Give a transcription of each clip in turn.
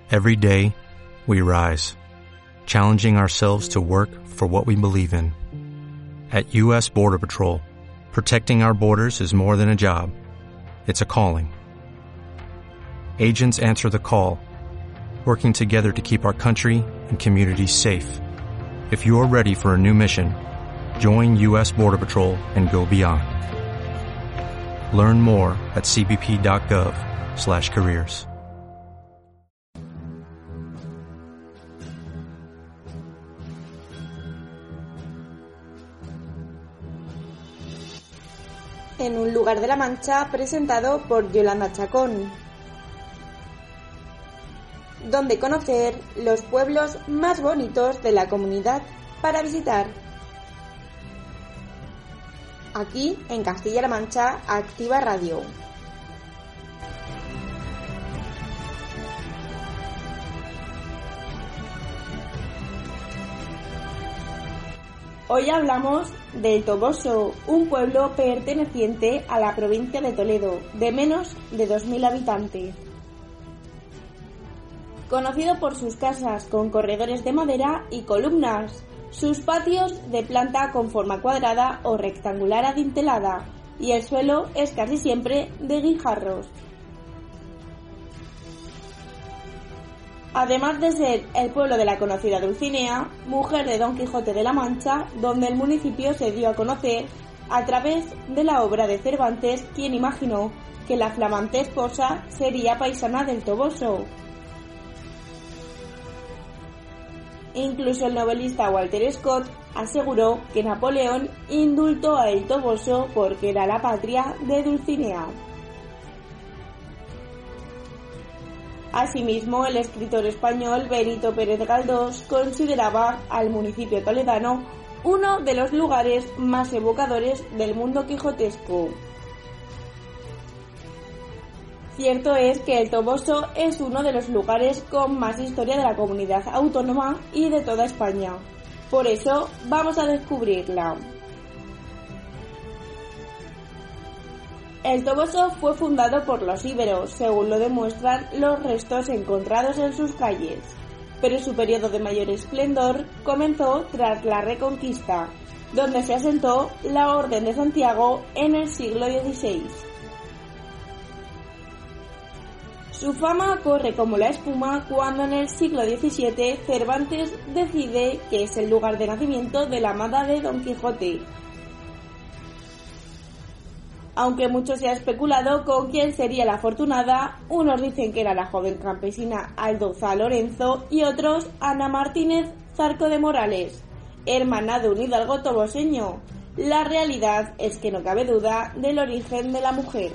Every day, we rise, challenging ourselves to work for what we believe in. At U.S. Border Patrol, protecting our borders is more than a job. It's a calling. Agents answer the call, working together to keep our country and communities safe. If you're ready for a new mission, join U.S. Border Patrol and go beyond. Learn more at cbp.gov/careers. En un lugar de la Mancha, presentado por Yolanda Chacón, donde conocer los pueblos más bonitos de la comunidad para visitar. Aquí, en Castilla-La Mancha, Activa Radio. Hoy hablamos de El Toboso, un pueblo perteneciente a la provincia de Toledo, de menos de 2.000 habitantes. Conocido por sus casas con corredores de madera y columnas, sus patios de planta con forma cuadrada o rectangular adintelada, y el suelo es casi siempre de guijarros. Además de ser el pueblo de la conocida Dulcinea, mujer de Don Quijote de la Mancha, donde el municipio se dio a conocer a través de la obra de Cervantes, quien imaginó que la flamante esposa sería paisana del Toboso. Incluso el novelista Walter Scott aseguró que Napoleón indultó a El Toboso porque era la patria de Dulcinea. Asimismo, el escritor español Benito Pérez Galdós consideraba al municipio toledano uno de los lugares más evocadores del mundo quijotesco. Cierto es que El Toboso es uno de los lugares con más historia de la comunidad autónoma y de toda España. Por eso vamos a descubrirla. El Toboso fue fundado por los íberos, según lo demuestran los restos encontrados en sus calles, pero su periodo de mayor esplendor comenzó tras la Reconquista, donde se asentó la Orden de Santiago en el siglo XVI. Su fama corre como la espuma cuando en el siglo XVII Cervantes decide que es el lugar de nacimiento de la amada de Don Quijote. Aunque mucho se ha especulado con quién sería la afortunada, unos dicen que era la joven campesina Aldoza Lorenzo y otros Ana Martínez Zarco de Morales, hermana de un hidalgo toboseño. La realidad es que no cabe duda del origen de la mujer.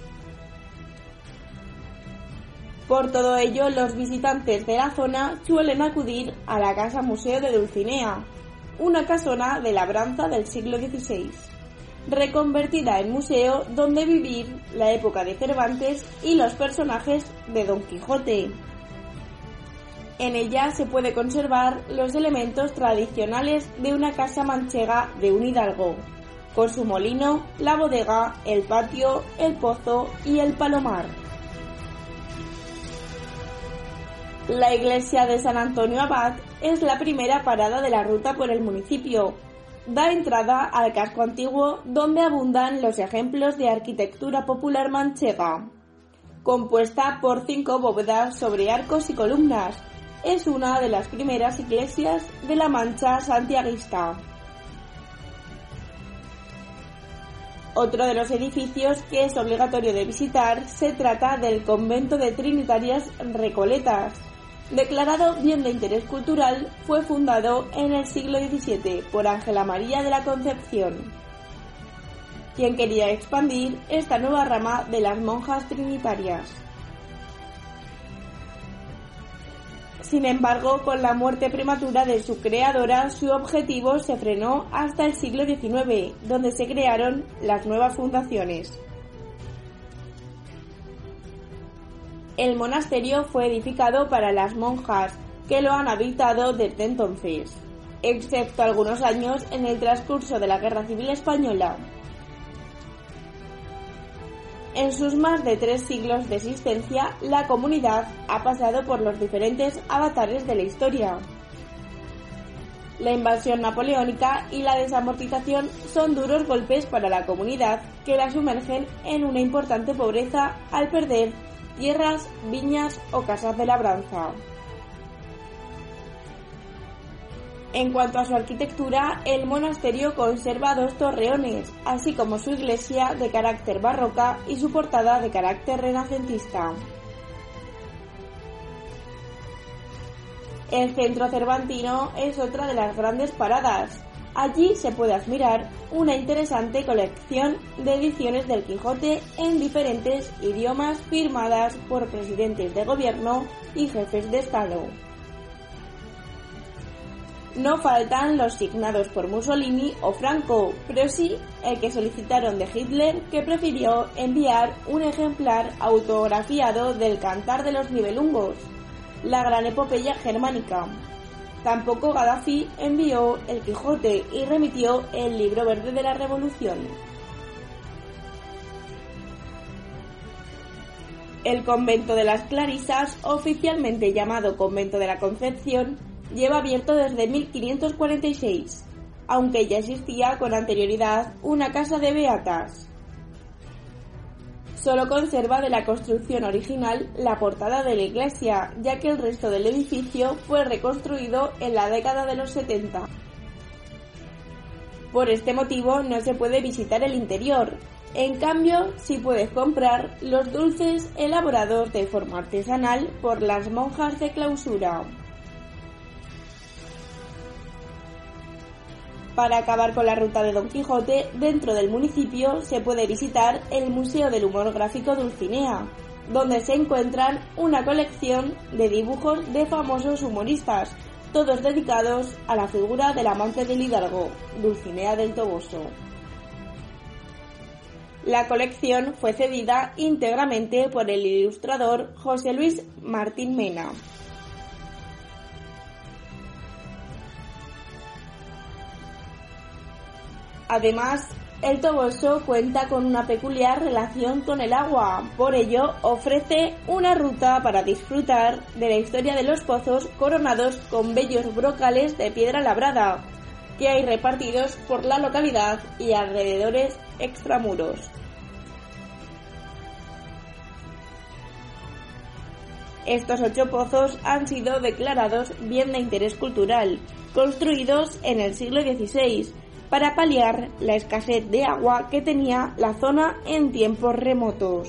Por todo ello, los visitantes de la zona suelen acudir a la Casa Museo de Dulcinea, una casona de labranza del siglo XVI, reconvertida en museo donde vivir la época de Cervantes y los personajes de Don Quijote. En ella se puede conservar los elementos tradicionales de una casa manchega de un hidalgo, con su molino, la bodega, el patio, el pozo y el palomar. La iglesia de San Antonio Abad es la primera parada de la ruta por el municipio. Da entrada al casco antiguo donde abundan los ejemplos de arquitectura popular manchega. Compuesta por 5 bóvedas sobre arcos y columnas, es una de las primeras iglesias de la Mancha santiaguista. Otro de los edificios que es obligatorio de visitar se trata del convento de Trinitarias Recoletas. Declarado bien de interés cultural, fue fundado en el siglo XVII por Ángela María de la Concepción, quien quería expandir esta nueva rama de las monjas trinitarias. Sin embargo, con la muerte prematura de su creadora, su objetivo se frenó hasta el siglo XIX, donde se crearon las nuevas fundaciones. El monasterio fue edificado para las monjas, que lo han habitado desde entonces, excepto algunos años en el transcurso de la Guerra Civil Española. En sus más de 3 siglos de existencia, la comunidad ha pasado por los diferentes avatares de la historia. La invasión napoleónica y la desamortización son duros golpes para la comunidad que la sumergen en una importante pobreza al perder tierras, viñas o casas de labranza. En cuanto a su arquitectura, el monasterio conserva 2 torreones, así como su iglesia de carácter barroca y su portada de carácter renacentista. El centro cervantino es otra de las grandes paradas. Allí se puede admirar una interesante colección de ediciones del Quijote en diferentes idiomas firmadas por presidentes de gobierno y jefes de Estado. No faltan los signados por Mussolini o Franco, pero sí el que solicitaron de Hitler, que prefirió enviar un ejemplar autografiado del Cantar de los Nibelungos, la gran epopeya germánica. Tampoco Gaddafi envió el Quijote y remitió el Libro Verde de la Revolución. El convento de las Clarisas, oficialmente llamado Convento de la Concepción, lleva abierto desde 1546, aunque ya existía con anterioridad una casa de beatas. Solo conserva de la construcción original la portada de la iglesia, ya que el resto del edificio fue reconstruido en la década de los 70. Por este motivo no se puede visitar el interior. En cambio, sí puedes comprar los dulces elaborados de forma artesanal por las monjas de clausura. Para acabar con la ruta de Don Quijote, dentro del municipio se puede visitar el Museo del Humor Gráfico Dulcinea, donde se encuentran una colección de dibujos de famosos humoristas, todos dedicados a la figura del amante del hidalgo, Dulcinea del Toboso. La colección fue cedida íntegramente por el ilustrador José Luis Martín Mena. Además, el Toboso cuenta con una peculiar relación con el agua, por ello ofrece una ruta para disfrutar de la historia de los pozos coronados con bellos brocales de piedra labrada, que hay repartidos por la localidad y alrededores extramuros. Estos 8 pozos han sido declarados bien de interés cultural, construidos en el siglo XVI, para paliar la escasez de agua que tenía la zona en tiempos remotos.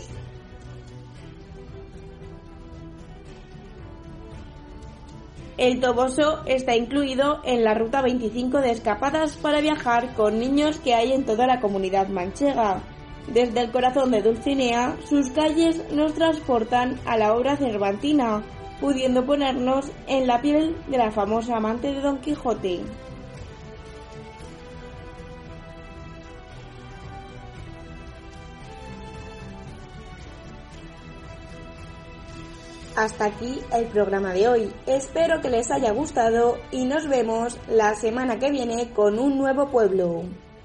El Toboso está incluido en la Ruta 25 de escapadas para viajar con niños que hay en toda la comunidad manchega. Desde el corazón de Dulcinea, sus calles nos transportan a la obra cervantina, pudiendo ponernos en la piel de la famosa amante de Don Quijote. Hasta aquí el programa de hoy. Espero que les haya gustado y nos vemos la semana que viene con un nuevo pueblo.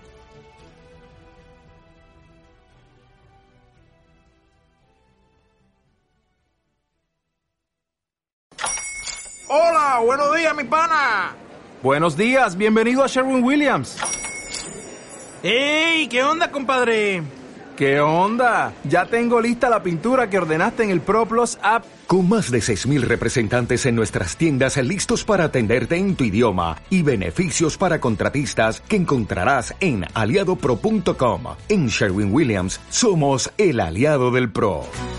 Hola, buenos días, mi pana. Buenos días, bienvenido a Sherwin-Williams. ¡Ey! ¿Qué onda, compadre? ¿Qué onda? Ya tengo lista la pintura que ordenaste en el ProPlus app. Con más de 6,000 representantes en nuestras tiendas listos para atenderte en tu idioma y beneficios para contratistas que encontrarás en aliadopro.com. En Sherwin-Williams somos el aliado del pro.